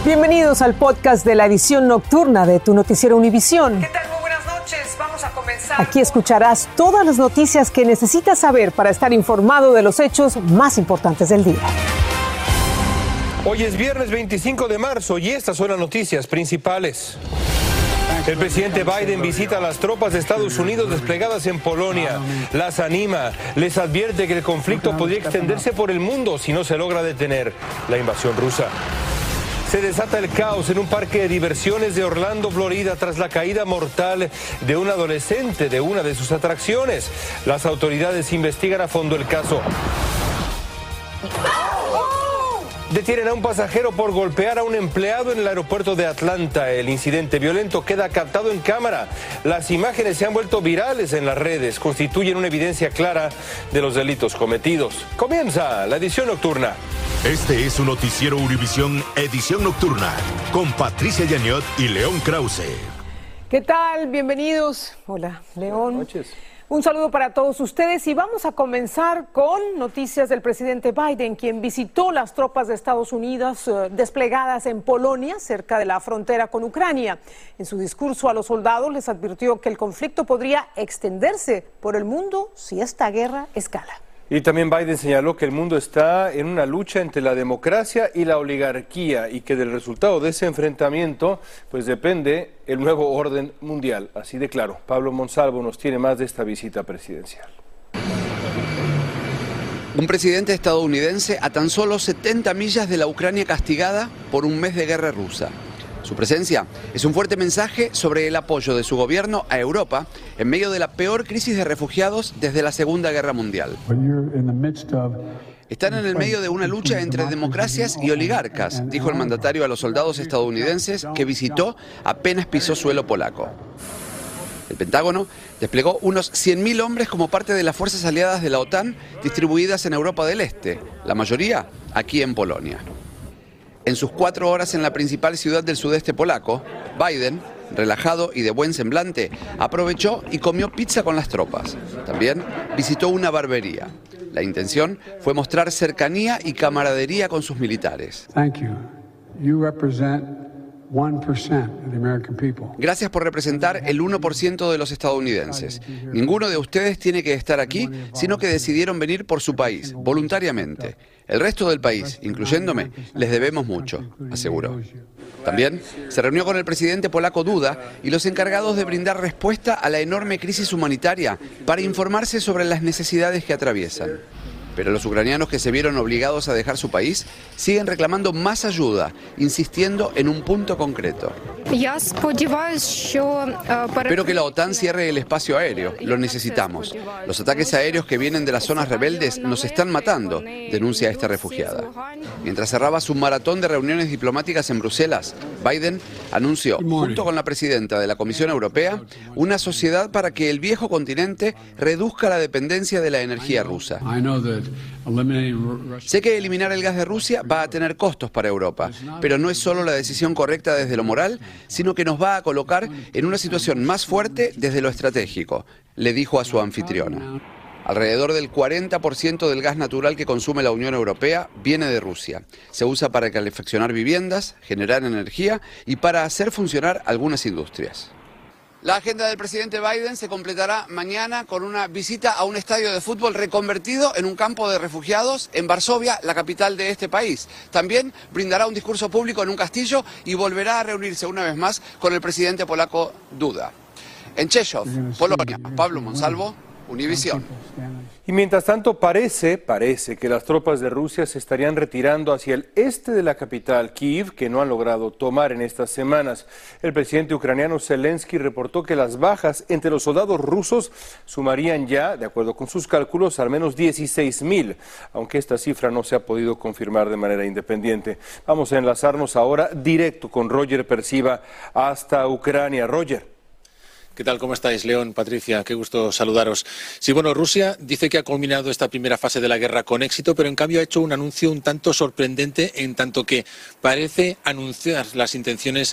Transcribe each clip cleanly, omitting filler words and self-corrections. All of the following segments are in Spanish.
Bienvenidos al podcast de la edición nocturna de tu noticiero Univisión. ¿Qué tal? Muy buenas noches. Vamos a comenzar. Aquí escucharás todas las noticias que necesitas saber para estar informado de los hechos más importantes del día. Hoy es viernes 25 de marzo y estas son las noticias principales. El presidente Biden visita a las tropas de Estados Unidos desplegadas en Polonia. Las anima, les advierte que el conflicto podría extenderse por el mundo si no se logra detener la invasión rusa. Se desata el caos en un parque de diversiones de Orlando, Florida, tras la caída mortal de un adolescente de una de sus atracciones. Las autoridades investigan a fondo el caso. Detienen a un pasajero por golpear a un empleado en el aeropuerto de Atlanta. El incidente violento queda captado en cámara. Las imágenes se han vuelto virales en las redes. Constituyen una evidencia clara de los delitos cometidos. Comienza la edición nocturna. Este es un noticiero Univisión Edición Nocturna con Patricia Yaniot y León Krause. ¿Qué tal? Bienvenidos. Hola, León. Buenas noches. Un saludo para todos ustedes y vamos a comenzar con noticias del presidente Biden, quien visitó las tropas de Estados Unidos desplegadas en Polonia, cerca de la frontera con Ucrania. En su discurso a los soldados les advirtió que el conflicto podría extenderse por el mundo si esta guerra escala. Y también Biden señaló que el mundo está en una lucha entre la democracia y la oligarquía y que del resultado de ese enfrentamiento pues depende el nuevo orden mundial. Así de claro. Pablo Monsalvo nos tiene más de esta visita presidencial. Un presidente estadounidense a tan solo 70 millas de la Ucrania castigada por un mes de guerra rusa. Su presencia es un fuerte mensaje sobre el apoyo de su gobierno a Europa en medio de la peor crisis de refugiados desde la Segunda Guerra Mundial. Están en el medio de una lucha entre democracias y oligarcas, dijo el mandatario a los soldados estadounidenses que visitó apenas pisó suelo polaco. El Pentágono desplegó unos 100.000 hombres como parte de las fuerzas aliadas de la OTAN distribuidas en Europa del Este, la mayoría aquí en Polonia. En sus 4 horas en la principal ciudad del sudeste polaco, Biden, relajado y de buen semblante, aprovechó y comió pizza con las tropas. También visitó una barbería. La intención fue mostrar cercanía y camaradería con sus militares. Gracias por representar el 1% de los estadounidenses. Ninguno de ustedes tiene que estar aquí, sino que decidieron venir por su país, voluntariamente. El resto del país, incluyéndome, les debemos mucho, aseguró. También se reunió con el presidente polaco Duda y los encargados de brindar respuesta a la enorme crisis humanitaria para informarse sobre las necesidades que atraviesan. Pero los ucranianos que se vieron obligados a dejar su país siguen reclamando más ayuda, insistiendo en un punto concreto. Espero que la OTAN cierre el espacio aéreo, lo necesitamos. Los ataques aéreos que vienen de las zonas rebeldes nos están matando, denuncia esta refugiada. Mientras cerraba su maratón de reuniones diplomáticas en Bruselas, Biden anunció, junto con la presidenta de la Comisión Europea, una sociedad para que el viejo continente reduzca la dependencia de la energía rusa. Sé que eliminar el gas de Rusia va a tener costos para Europa, pero no es solo la decisión correcta desde lo moral, sino que nos va a colocar en una situación más fuerte desde lo estratégico, le dijo a su anfitriona. Alrededor del 40% del gas natural que consume la Unión Europea viene de Rusia. Se usa para calefaccionar viviendas, generar energía y para hacer funcionar algunas industrias. La agenda del presidente Biden se completará mañana con una visita a un estadio de fútbol reconvertido en un campo de refugiados en Varsovia, la capital de este país. También brindará un discurso público en un castillo y volverá a reunirse una vez más con el presidente polaco Duda. En Chechov, Polonia, Pablo Monsalvo, Univisión. Y mientras tanto parece que las tropas de Rusia se estarían retirando hacia el este de la capital, Kiev, que no han logrado tomar en estas semanas. El presidente ucraniano Zelensky reportó que las bajas entre los soldados rusos sumarían ya, de acuerdo con sus cálculos, al menos 16.000, aunque esta cifra no se ha podido confirmar de manera independiente. Vamos a enlazarnos ahora directo con Roger Perciba hasta Ucrania. Roger. ¿Qué tal? ¿Cómo estáis, León, Patricia? Qué gusto saludaros. Sí, bueno, Rusia dice que ha culminado esta primera fase de la guerra con éxito, pero en cambio ha hecho un anuncio un tanto sorprendente en tanto que parece anunciar las intenciones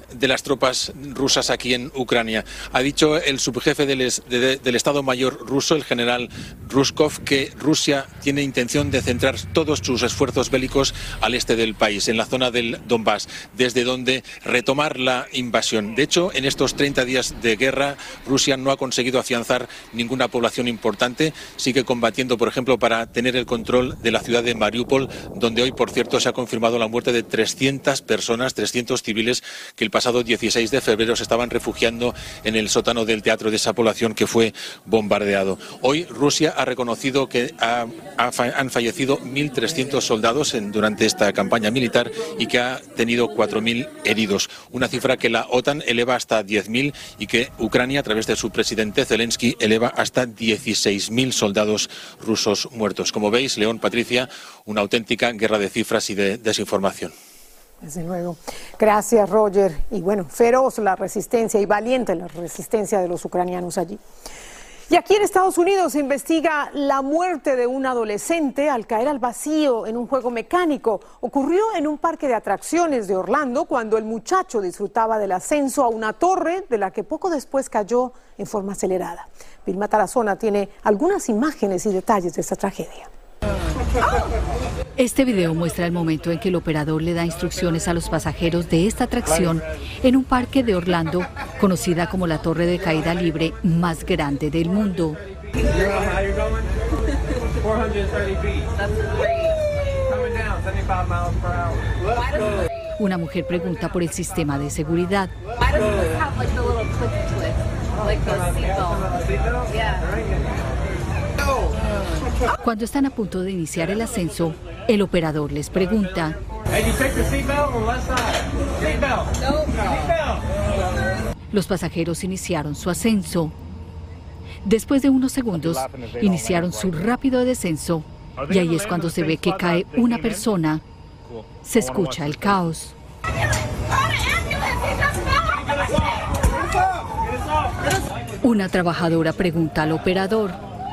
de las tropas rusas aquí en Ucrania. Ha dicho el subjefe del Estado Mayor ruso, el general Ruskov, que Rusia tiene intención de centrar todos sus esfuerzos bélicos al este del país, en la zona del Donbass, desde donde retomar la invasión. De hecho, en estos 30 días de guerra, Rusia no ha conseguido afianzar ninguna población importante. Sigue combatiendo, por ejemplo, para tener el control de la ciudad de Mariupol, donde hoy, por cierto, se ha confirmado la muerte de 300 personas, 300 civiles, que el pasado 16 de febrero se estaban refugiando en el sótano del teatro de esa población que fue bombardeado. Hoy Rusia ha reconocido que han fallecido 1.300 soldados durante esta campaña militar y que ha tenido 4.000 heridos, una cifra que la OTAN eleva hasta 10.000 y que Ucrania, a través de su presidente Zelensky, eleva hasta 16.000 soldados rusos muertos. Como veis, León, Patricia, una auténtica guerra de cifras y de desinformación. Desde luego. Gracias, Roger. Y bueno, feroz la resistencia y valiente la resistencia de los ucranianos allí. Y aquí en Estados Unidos se investiga la muerte de un adolescente al caer al vacío en un juego mecánico. Ocurrió en un parque de atracciones de Orlando cuando el muchacho disfrutaba del ascenso a una torre de la que poco después cayó en forma acelerada. Vilma Tarazona tiene algunas imágenes y detalles de esta tragedia. Este video muestra el momento en que el operador le da instrucciones a los pasajeros de esta atracción en un parque de Orlando, conocida como la torre de caída libre más grande del mundo. Una mujer pregunta por el sistema de seguridad. Cuando están a punto de iniciar el ascenso, el operador les pregunta: los pasajeros iniciaron su ascenso. Después de unos segundos, iniciaron su rápido descenso y ahí es cuando se ve que cae una persona. Se escucha el caos. Una trabajadora pregunta al operador: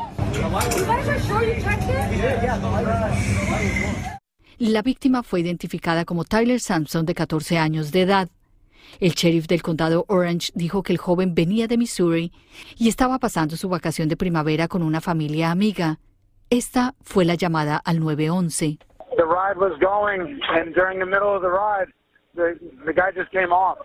la víctima fue identificada como Tyler Sampson, de 14 años de edad. El sheriff del condado Orange dijo que el joven venía de Missouri y estaba pasando su vacación de primavera con una familia amiga. Esta fue la llamada al 911. The ride was going, and during the middle of the ride, the guy just came off.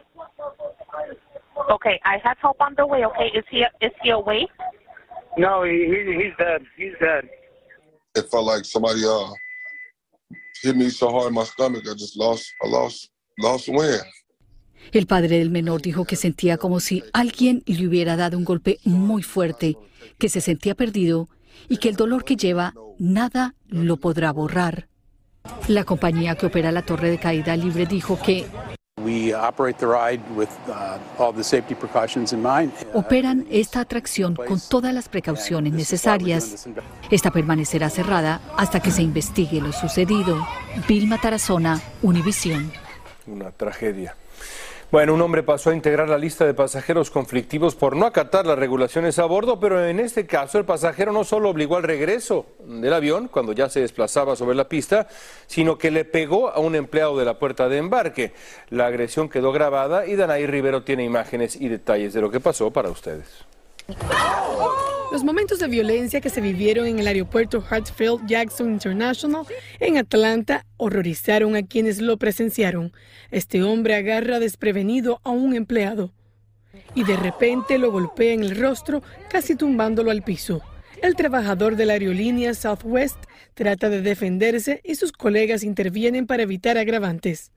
Okay, I have help on the way. Okay, is he awake? No, he's dead. He's dead. It felt like somebody hit me so hard in my stomach. I lost the wind. El padre del menor dijo que sentía como si alguien le hubiera dado un golpe muy fuerte, que se sentía perdido y que el dolor que lleva nada lo podrá borrar. La compañía que opera la torre de caída libre dijo que operan esta atracción con todas las precauciones necesarias. Esta permanecerá cerrada hasta que se investigue lo sucedido. Vilma Tarazona, Univisión. Una tragedia. Bueno, un hombre pasó a integrar la lista de pasajeros conflictivos por no acatar las regulaciones a bordo, pero en este caso el pasajero no solo obligó al regreso del avión cuando ya se desplazaba sobre la pista, sino que le pegó a un empleado de la puerta de embarque. La agresión quedó grabada y Danaí Rivero tiene imágenes y detalles de lo que pasó para ustedes. Los momentos de violencia que se vivieron en el aeropuerto Hartsfield-Jackson International en Atlanta horrorizaron a quienes lo presenciaron. Este hombre agarra desprevenido a un empleado y de repente lo golpea en el rostro, casi tumbándolo al piso. El trabajador de la aerolínea Southwest trata de defenderse y sus colegas intervienen para evitar agravantes.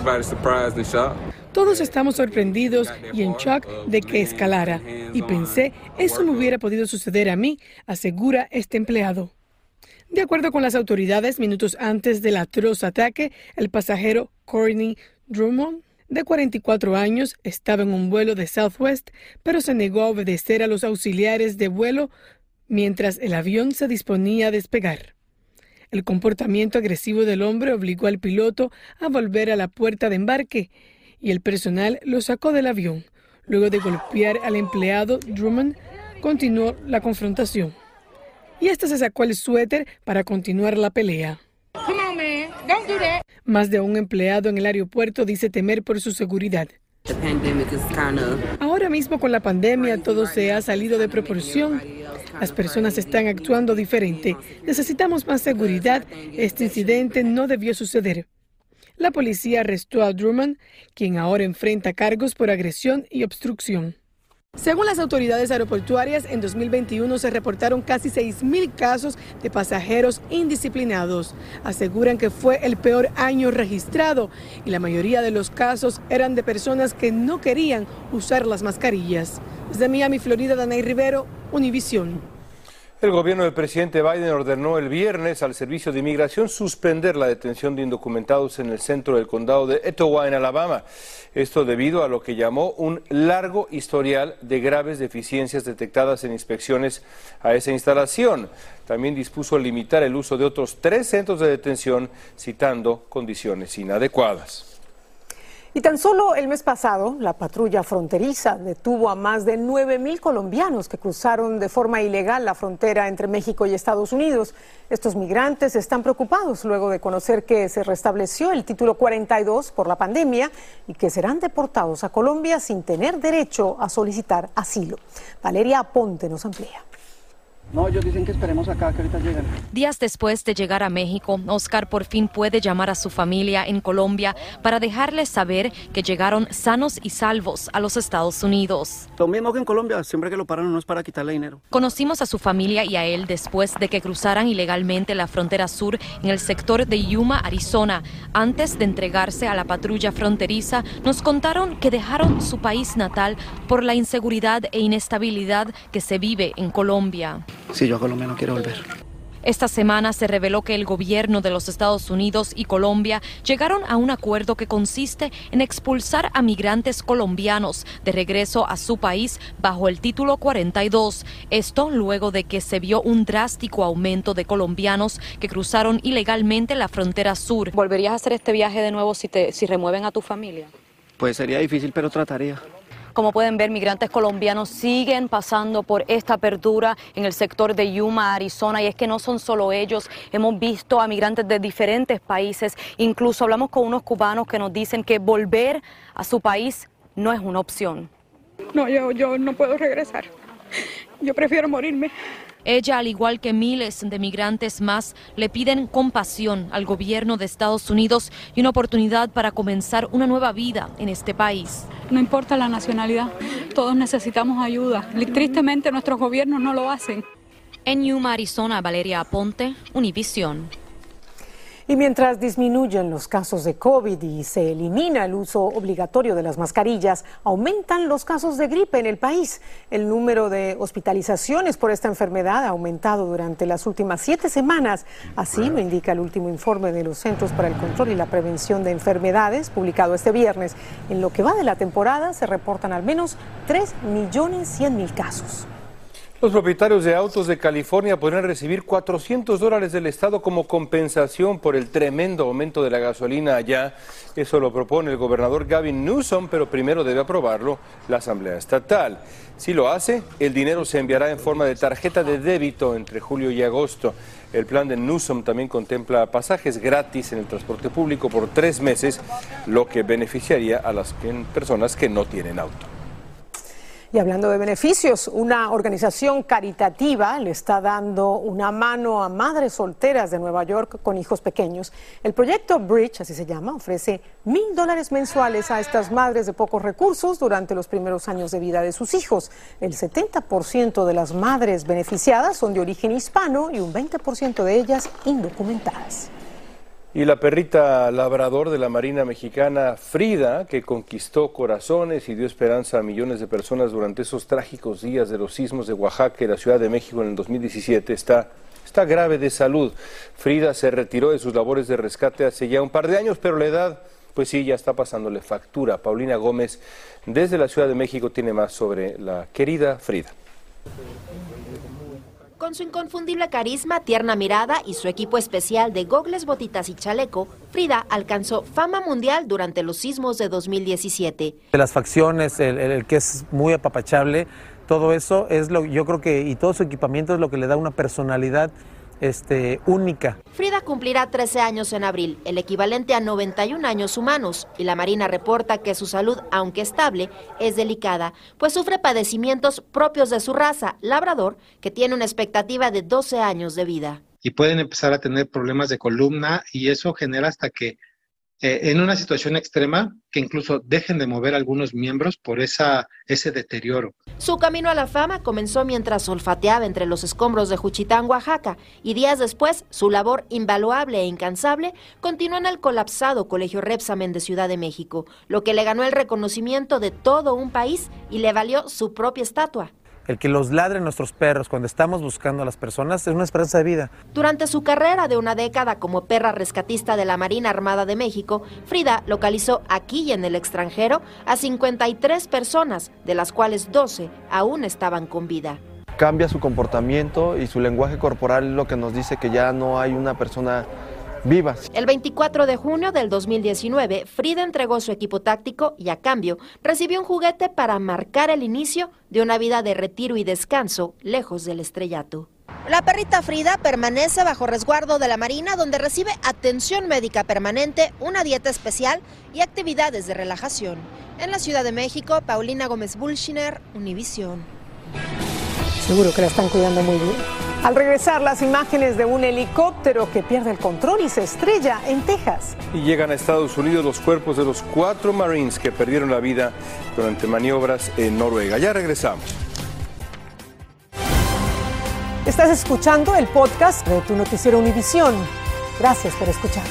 Todos estamos sorprendidos y en shock de que escalara. Y pensé, eso no hubiera podido suceder a mí, asegura este empleado. De acuerdo con las autoridades, minutos antes del atroz ataque, el pasajero Courtney Drummond, de 44 años, estaba en un vuelo de Southwest, pero se negó a obedecer a los auxiliares de vuelo mientras el avión se disponía a despegar. El comportamiento agresivo del hombre obligó al piloto a volver a la puerta de embarque y el personal lo sacó del avión. Luego de golpear al empleado, Drummond continuó la confrontación. Y hasta se sacó el suéter para continuar la pelea. Más de un empleado en el aeropuerto dice temer por su seguridad. Ahora mismo con la pandemia todo se ha salido de proporción. Las personas están actuando diferente. Necesitamos más seguridad. Este incidente no debió suceder. La policía arrestó a Drummond, quien ahora enfrenta cargos por agresión y obstrucción. Según las autoridades aeroportuarias, en 2021 se reportaron casi 6,000 casos de pasajeros indisciplinados. Aseguran que fue el peor año registrado y la mayoría de los casos eran de personas que no querían usar las mascarillas. Desde Miami, Florida, Danay Rivero, Univisión. El gobierno del presidente Biden ordenó el viernes al Servicio de Inmigración suspender la detención de indocumentados en el centro del condado de Etowah, en Alabama. Esto debido a lo que llamó un largo historial de graves deficiencias detectadas en inspecciones a esa instalación. También dispuso limitar el uso de otros 3 centros de detención, citando condiciones inadecuadas. Y tan solo el mes pasado, la patrulla fronteriza detuvo a más de 9,000 colombianos que cruzaron de forma ilegal la frontera entre México y Estados Unidos. Estos migrantes están preocupados luego de conocer que se restableció el título 42 por la pandemia y que serán deportados a Colombia sin tener derecho a solicitar asilo. Valeria Aponte nos amplía. No, ellos dicen que esperemos acá, que ahorita llegan. Días después de llegar a México, Oscar por fin puede llamar a su familia en Colombia para dejarles saber que llegaron sanos y salvos a los Estados Unidos. Lo mismo que en Colombia, siempre que lo paran no es para quitarle dinero. Conocimos a su familia y a él después de que cruzaran ilegalmente la frontera sur en el sector de Yuma, Arizona. Antes de entregarse a la patrulla fronteriza, nos contaron que dejaron su país natal por la inseguridad e inestabilidad que se vive en Colombia. Sí, yo a Colombia no quiero volver. Esta semana se reveló que el gobierno de los Estados Unidos y Colombia llegaron a un acuerdo que consiste en expulsar a migrantes colombianos de regreso a su país bajo el título 42. Esto luego de que se vio un drástico aumento de colombianos que cruzaron ilegalmente la frontera sur. ¿Volverías a hacer este viaje de nuevo si remueven a tu familia? Pues sería difícil, pero trataría. Como pueden ver, migrantes colombianos siguen pasando por esta apertura en el sector de Yuma, Arizona, y es que no son solo ellos. Hemos visto a migrantes de diferentes países, incluso hablamos con unos cubanos que nos dicen que volver a su país no es una opción. No, yo no puedo regresar. Yo prefiero morirme. Ella, al igual que miles de migrantes más, le piden compasión al gobierno de Estados Unidos y una oportunidad para comenzar una nueva vida en este país. No importa la nacionalidad, todos necesitamos ayuda. Tristemente nuestros gobiernos no lo hacen. En Yuma, Arizona, Valeria Aponte, Univisión. Y mientras disminuyen los casos de COVID y se elimina el uso obligatorio de las mascarillas, aumentan los casos de gripe en el país. El número de hospitalizaciones por esta enfermedad ha aumentado durante las últimas 7 semanas. Así lo indica el último informe de los Centros para el Control y la Prevención de Enfermedades, publicado este viernes. En lo que va de la temporada se reportan al menos 3.100.000 casos. Los propietarios de autos de California podrán recibir $400 del Estado como compensación por el tremendo aumento de la gasolina allá. Eso lo propone el gobernador Gavin Newsom, pero primero debe aprobarlo la Asamblea Estatal. Si lo hace, el dinero se enviará en forma de tarjeta de débito entre julio y agosto. El plan de Newsom también contempla pasajes gratis en el transporte público por 3 meses, lo que beneficiaría a las personas que no tienen auto. Y hablando de beneficios, una organización caritativa le está dando una mano a madres solteras de Nueva York con hijos pequeños. El proyecto Bridge, así se llama, ofrece $1,000 mensuales a estas madres de pocos recursos durante los primeros años de vida de sus hijos. El 70% de las madres beneficiadas son de origen hispano y un 20% de ellas indocumentadas. Y la perrita labrador de la Marina Mexicana, Frida, que conquistó corazones y dio esperanza a millones de personas durante esos trágicos días de los sismos de Oaxaca y la Ciudad de México en el 2017, está grave de salud. Frida se retiró de sus labores de rescate hace ya un par de años, pero la edad, pues sí, ya está pasándole factura. Paulina Gómez, desde la Ciudad de México, tiene más sobre la querida Frida. Con su inconfundible carisma, tierna mirada y su equipo especial de gogles, botitas y chaleco, Frida alcanzó fama mundial durante los sismos de 2017. Las facciones, el que es muy apapachable, todo eso es yo creo que, y todo su equipamiento es lo que le da una personalidad única. Frida cumplirá 13 años en abril, el equivalente a 91 años humanos, y la Marina reporta que su salud, aunque estable, es delicada, pues sufre padecimientos propios de su raza, labrador, que tiene una expectativa de 12 años de vida. Y pueden empezar a tener problemas de columna y eso genera hasta que en una situación extrema que incluso dejen de mover algunos miembros por ese deterioro. Su camino a la fama comenzó mientras olfateaba entre los escombros de Juchitán, Oaxaca, y días después su labor invaluable e incansable continuó en el colapsado Colegio Repsamen de Ciudad de México, lo que le ganó el reconocimiento de todo un país y le valió su propia estatua. El que los ladren nuestros perros cuando estamos buscando a las personas es una esperanza de vida. Durante su carrera de una década como perra rescatista de la Marina Armada de México, Frida localizó aquí y en el extranjero a 53 personas, de las cuales 12 aún estaban con vida. Cambia su comportamiento y su lenguaje corporal, lo que nos dice que ya no hay una persona viva. El 24 de junio del 2019, Frida entregó su equipo táctico y a cambio recibió un juguete para marcar el inicio de una vida de retiro y descanso lejos del estrellato. La perrita Frida permanece bajo resguardo de la Marina, donde recibe atención médica permanente, una dieta especial y actividades de relajación. En la Ciudad de México, Paulina Gómez Bulshiner, Univisión. Seguro que la están cuidando muy bien. Al regresar, las imágenes de un helicóptero que pierde el control y se estrella en Texas. Y llegan a Estados Unidos los cuerpos de los 4 Marines que perdieron la vida durante maniobras en Noruega. Ya regresamos. Estás escuchando el podcast de tu noticiero Univisión. Gracias por escucharnos.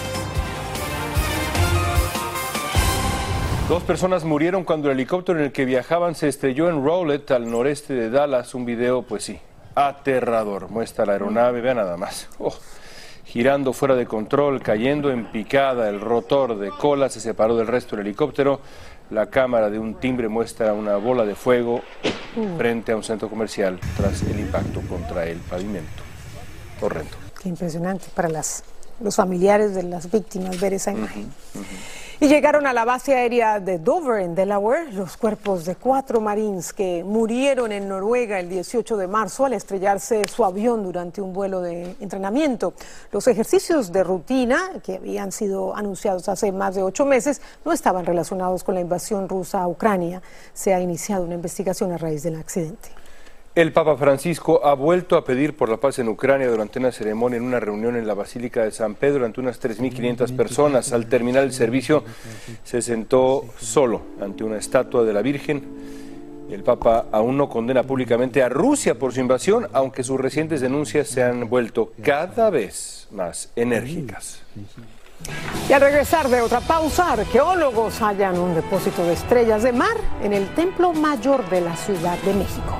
2 personas murieron cuando el helicóptero en el que viajaban se estrelló en Rowlett, al noreste de Dallas. Un video, pues sí, aterrador. Muestra la aeronave, vean nada más. Girando fuera de control, cayendo en picada. El rotor de cola se separó del resto del helicóptero. La cámara de un timbre muestra una bola de fuego frente a un centro comercial tras el impacto contra el pavimento. Horrendo. Qué impresionante para los familiares de las víctimas ver esa imagen. Y llegaron a la base aérea de Dover, en Delaware, los cuerpos de 4 Marines que murieron en Noruega el 18 de marzo al estrellarse su avión durante un vuelo de entrenamiento. Los ejercicios de rutina, que habían sido anunciados hace más de 8 meses, no estaban relacionados con la invasión rusa a Ucrania. Se ha iniciado una investigación a raíz del accidente. El Papa Francisco ha vuelto a pedir por la paz en Ucrania durante una ceremonia en una reunión en la Basílica de San Pedro ante unas 3.500 personas. Al terminar el servicio se sentó solo ante una estatua de la Virgen. El Papa aún no condena públicamente a Rusia por su invasión, aunque sus recientes denuncias se han vuelto cada vez más enérgicas. Y al regresar de otra pausa, arqueólogos hallan un depósito de estrellas de mar en el Templo Mayor de la Ciudad de México.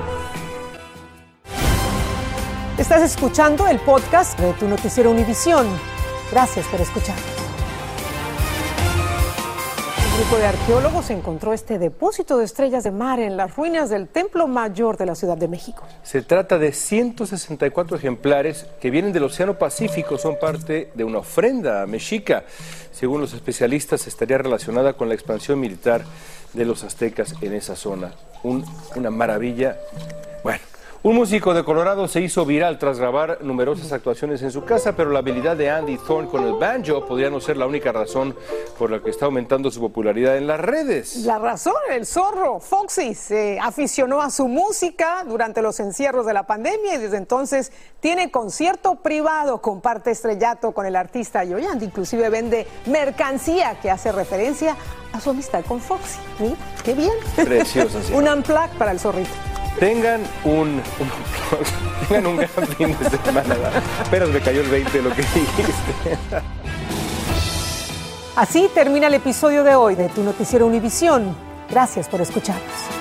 Estás escuchando el podcast de tu noticiero Univisión. Gracias por escucharnos. Un grupo de arqueólogos encontró este depósito de estrellas de mar en las ruinas del Templo Mayor de la Ciudad de México. Se trata de 164 ejemplares que vienen del Océano Pacífico, son parte de una ofrenda mexica. Según los especialistas, estaría relacionada con la expansión militar de los aztecas en esa zona. Una maravilla. Bueno. Un músico de Colorado se hizo viral tras grabar numerosas actuaciones en su casa, pero la habilidad de Andy Thorne con el banjo podría no ser la única razón por la que está aumentando su popularidad en las redes. La razón, el zorro Foxy se aficionó a su música durante los encierros de la pandemia y desde entonces tiene concierto privado, comparte estrellato con el artista Yoyand, inclusive vende mercancía que hace referencia a su amistad con Foxy. ¿Sí? ¡Qué bien! Precioso, sí. Un unplug para el zorrito. Tengan un gran fin de semana. Apenas me cayó el 20 de lo que dijiste. Así termina el episodio de hoy de Tu Noticiero Univisión. Gracias por escucharnos.